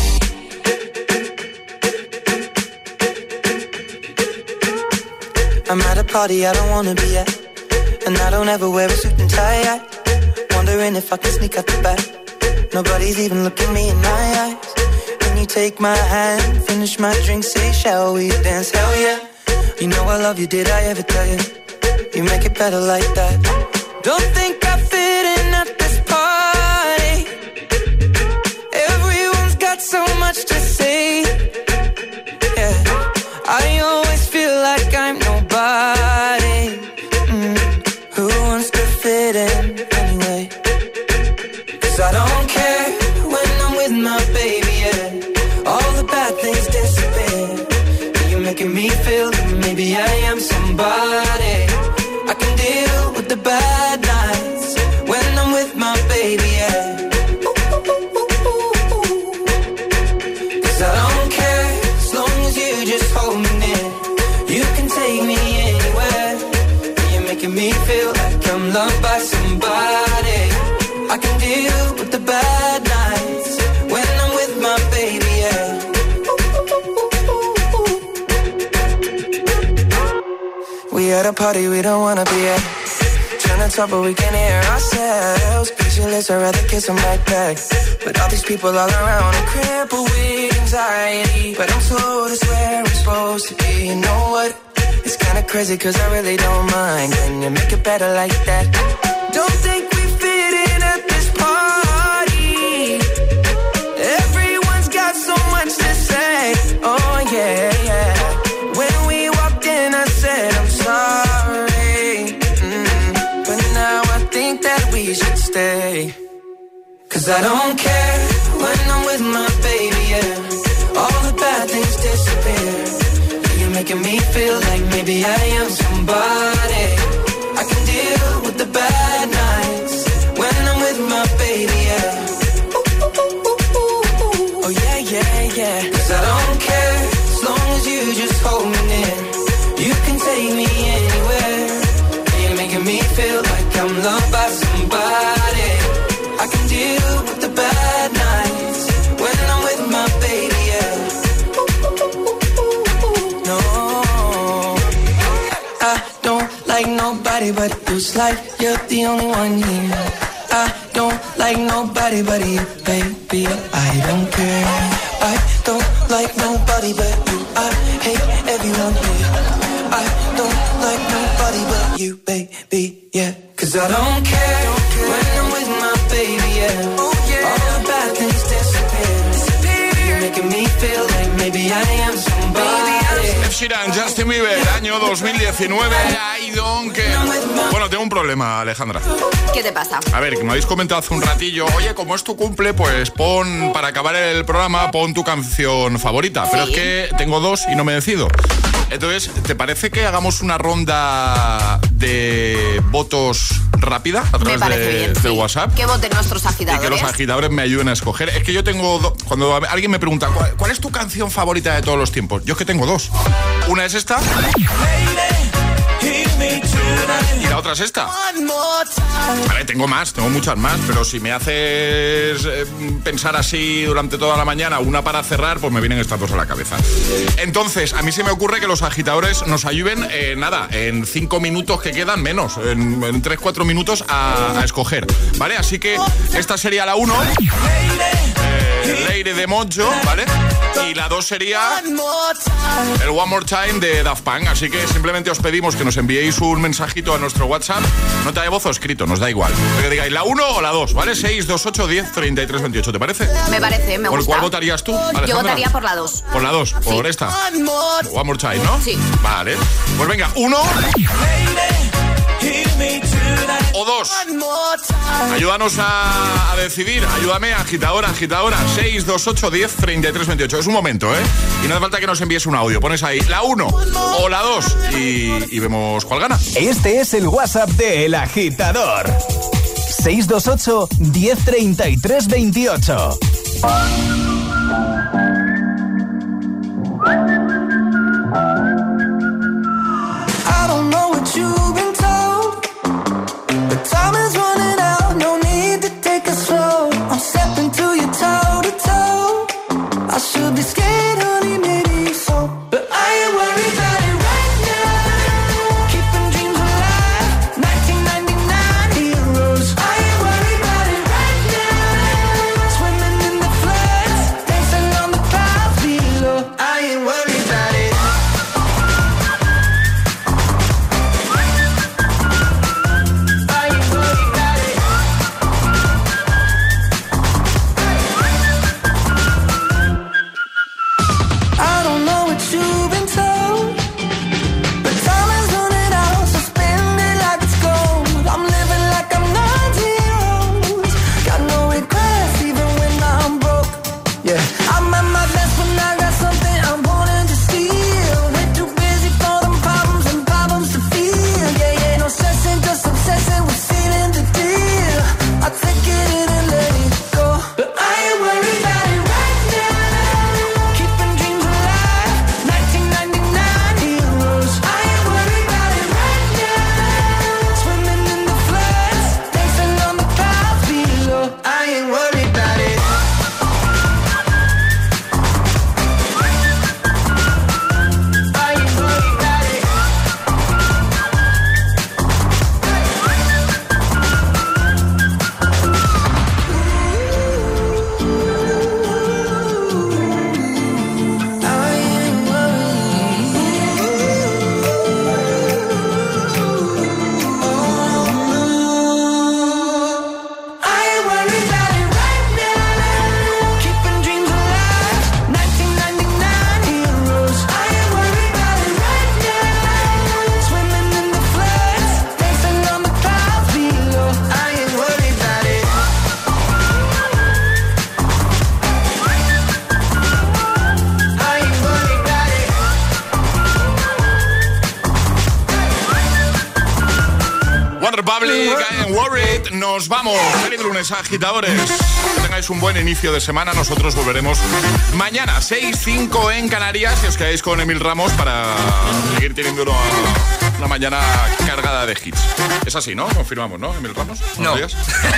I'm at a party I don't wanna be at, and I don't ever wear a suit and tie. I wondering if I can sneak out the back. Nobody's even looking me in my eyes. Can you take my hand, finish my drink, say shall we dance? Hell yeah. You know I love you, did I ever tell you? You make it better like that. Don't think I fit in at this party. Everyone's got so much to say. Yeah, I always feel like I'm nobody. Mm. Who wants to fit in anyway? 'Cause I don't care when I'm with my baby, yeah. All the bad things disappear. You're making me feel that maybe I am somebody. I can deal with the bad nights when I'm with my baby, yeah. Cause I don't care as long as you just hold me near. You can take me anywhere. You're making me feel like I'm loved by somebody. I can deal with the bad nights when I'm with my baby, yeah. We at a party we don't wanna be at. Trying to talk but we can't hear ourselves. Pictureless, I'd rather kiss them right back. But all these people all around are crippled with anxiety. But I'm told it's where I'm supposed to be. You know what? It's kinda crazy cause I really don't mind. Can you make it better like that? Don't think we fit in at this party. Everyone's got so much to say. Oh yeah, yeah. When we walked in I said I'm sorry, mm, but now I think that we should stay. Cause I don't care when I'm with my baby, yeah. All the bad things disappear. You're making me feel like maybe I am somebody. I can deal with the bad nights when I'm with my baby, yeah. Oh yeah, yeah, yeah. Cause I don't care as long as you just hold me near. You can take me anywhere. You're making me feel like I'm loved by somebody. I can deal with the bad nights when I'm with my baby, yeah. No, I don't like nobody but you. It's like you're the only one here. I don't like nobody but you, baby. I don't care. I don't like nobody but you. I hate everyone here. I don't like nobody but you, baby, yeah. yeah. Oh, yeah. All the bad things disappear. Disappear. You're making me feel like maybe I am somebody. Ed Sheeran, Justin Bieber, año dos mil diecinueve. I don't care. Bueno, tengo un problema, Alejandra. ¿Qué te pasa? A ver, que me habéis comentado hace un ratillo. Oye, como es tu cumple, pues pon, para acabar el programa, pon tu canción favorita. ¿Sí? Pero es que tengo dos y no me decido. Entonces, ¿te parece que hagamos una ronda de votos rápida a través me parece de, bien, de sí. WhatsApp? Que voten nuestros agitadores. Y que los agitadores me ayuden a escoger. Es que yo tengo... Do- cuando alguien me pregunta, ¿cuál, ¿cuál es tu canción favorita de todos los tiempos? Yo es que tengo dos. Una es esta. Y la otra es esta. Vale, tengo más, tengo muchas más, pero si me haces eh, pensar así durante toda la mañana, una para cerrar, pues me vienen estas dos a la cabeza. Entonces, a mí se me ocurre que los agitadores nos ayuden, eh, nada, en cinco minutos que quedan, menos, en, en tres, cuatro minutos a, a escoger, ¿vale? Así que esta sería la uno, eh, Lady de Mojo, ¿vale? Y la dos sería el One More Time de Daft Punk. Así que simplemente os pedimos que nos enviéis un mensajito a nuestro WhatsApp, nota de voz o escrito, nos da igual. Que digáis la uno o la dos, ¿vale? seis dos ocho diez treinta y tres veintiocho, ¿te parece? Me parece, me ¿Por gusta. cuál votarías tú, Alejandra? Yo votaría por la dos. Por la dos, por Sí. esta. One More Time, ¿no? Sí. Vale. Pues venga, uno o dos. Ayúdanos a, a decidir. Ayúdame, agitadora, agitadora. seis dos ocho diez treinta y tres veintiocho. Es un momento, ¿eh? Y no hace falta que nos envíes un audio. Pones ahí la uno o la dos y, y vemos cuál gana. Este es el WhatsApp de El Agitador. seis dos ocho diez treinta y tres veintiocho. I don't know what you've been told, but time is running out, no need to take it slow. I'm stepping to you toe to toe. I should be scared, honey, maybe so, but I ain't worried about it right now. Keeping dreams alive, nineteen ninety-nine heroes. I ain't worried about it right now. Swimming in the floods, dancing on the clouds below. I ain't worried about it. I don't know what you've been told, but time is running out, so spend it like it's gold. I'm living like I'm nineteen years, got no regrets even when I'm broke. Yeah, I'm at my best when I got something I'm wanting to steal. Way too busy for them problems and problems to feel. Yeah, yeah, no stressing, just obsessing with sealing the deal. I take it in and let it go, but I ain't worried about it right now. Keeping dreams alive, nineteen ninety-nine heroes. I ain't worried about it right now. Swimming in the floods, dancing on the clouds below. I ain't worried about it. I ain't worried about it. I ain't I ain't worried about it right now. Keeping dreams alive, nineteen ninety-nine heroes. I ain't worried about it right now. Swimming in the floods, dancing on the clouds below. I ain't worried about it. I ain't worried about it. One Republic, I Am Worried. Nos vamos. Feliz lunes, agitadores. Que tengáis un buen inicio de semana. Nosotros volveremos mañana, seis cinco en Canarias. Y os quedáis con Emil Ramos para seguir teniendo una, una mañana cargada de hits. Es así, ¿no? Confirmamos, ¿no, Emil Ramos? No. Días.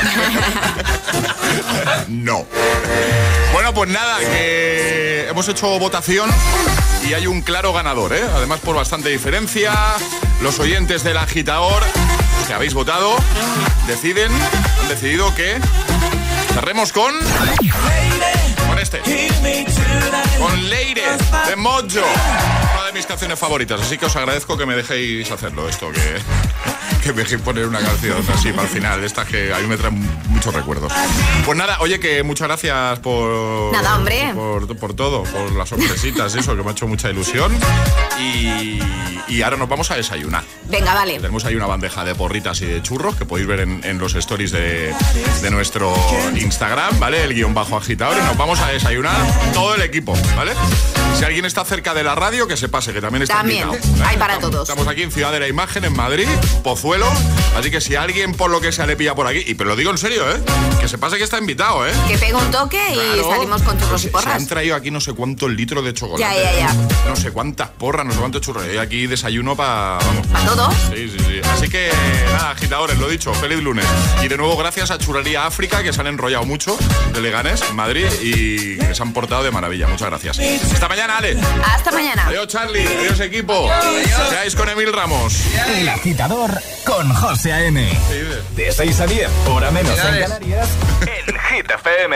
No. Bueno, pues nada, que hemos hecho votación y hay un claro ganador, ¿eh? Además, por bastante diferencia. Los oyentes del agitador que habéis votado deciden, han decidido que cerremos con con este, con Leire de Mojo, uno de mis canciones favoritas, así que os agradezco que me dejéis hacerlo, esto, que, que me dejéis poner una canción así para el final, estas que a mí me traen muchos recuerdos. Pues nada, oye, que muchas gracias por... Nada, hombre. Por, por todo, por las sorpresitas, eso, que me ha hecho mucha ilusión. Y, y ahora nos vamos a desayunar. Venga, vale. Tenemos ahí una bandeja de porritas y de churros que podéis ver en, en los stories de, de nuestro Instagram, ¿vale? El guión bajo agitador, y nos vamos a desayunar todo el equipo, ¿vale? Si alguien está cerca de la radio, que se pase, que también está También, invitado, ¿vale? hay para estamos, todos. Estamos aquí en Ciudad de la Imagen, en Madrid, Pozuelo, así que si alguien por lo que sea le pilla por aquí, y pero lo digo en serio, ¿eh? Que se pase que está invitado, ¿eh? Que pega un toque y Claro. salimos con churros y Se porras. han traído aquí no sé cuántos litros de chocolate. Ya, ya, ya. No sé cuántas porras, no sé cuántos churros. Y aquí desayuno para... Vamos. ¿Para todos? Sí, sí, sí. Así que, nada, agitadores, lo dicho, feliz lunes. Y de nuevo, gracias a Churrería África, que se han enrollado mucho, de Leganés, Madrid, y que se han portado de maravilla. Muchas gracias. Hasta mañana, Ale. Hasta mañana. Adiós, Charlie. Adiós, equipo. Seáis con Emil Ramos. El agitador con José A M. De seis a diez, hora menos en Canarias, en Hit F M.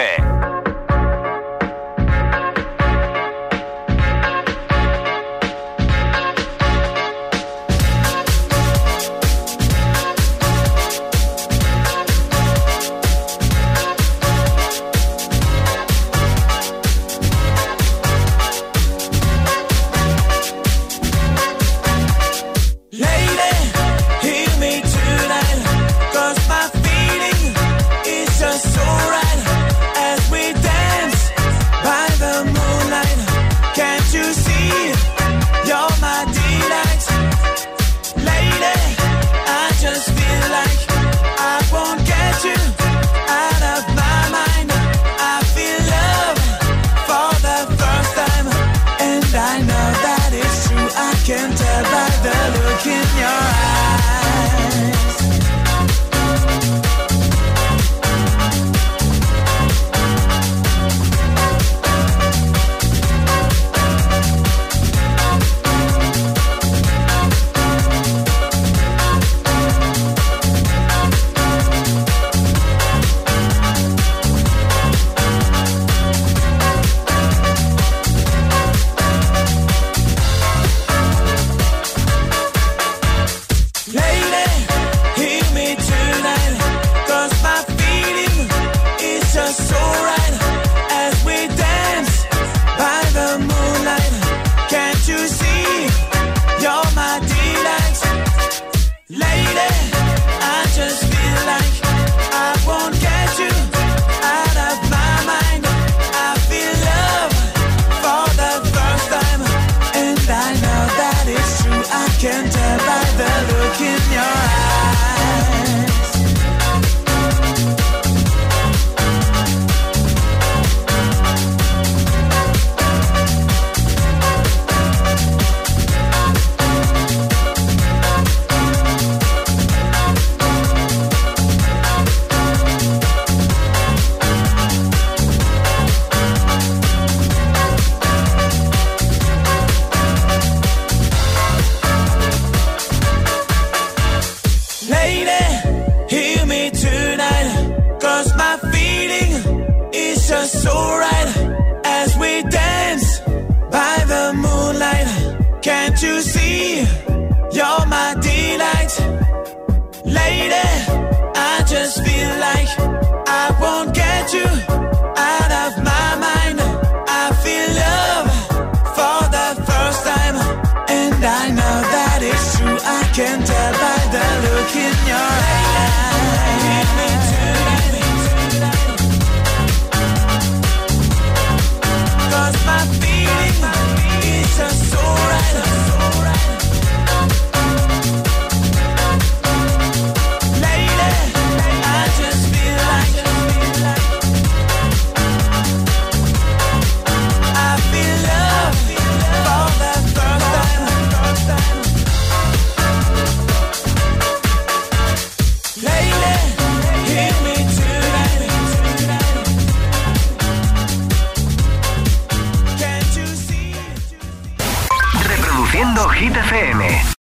Can tell by the look in your eyes. Can tell by the look in your eyes. So right as we dance by the moonlight. Can't you see you're my delight? Lady, I just feel like I won't get you out of my mind. I feel love for the first time, and I know that it's true. I can tell by the look in your eyes. Give me tonight. My feeling is just so right, so right. Lady, I just feel like I feel love for the first time. Lady, hear me tonight. Reproduciendo Hit F M.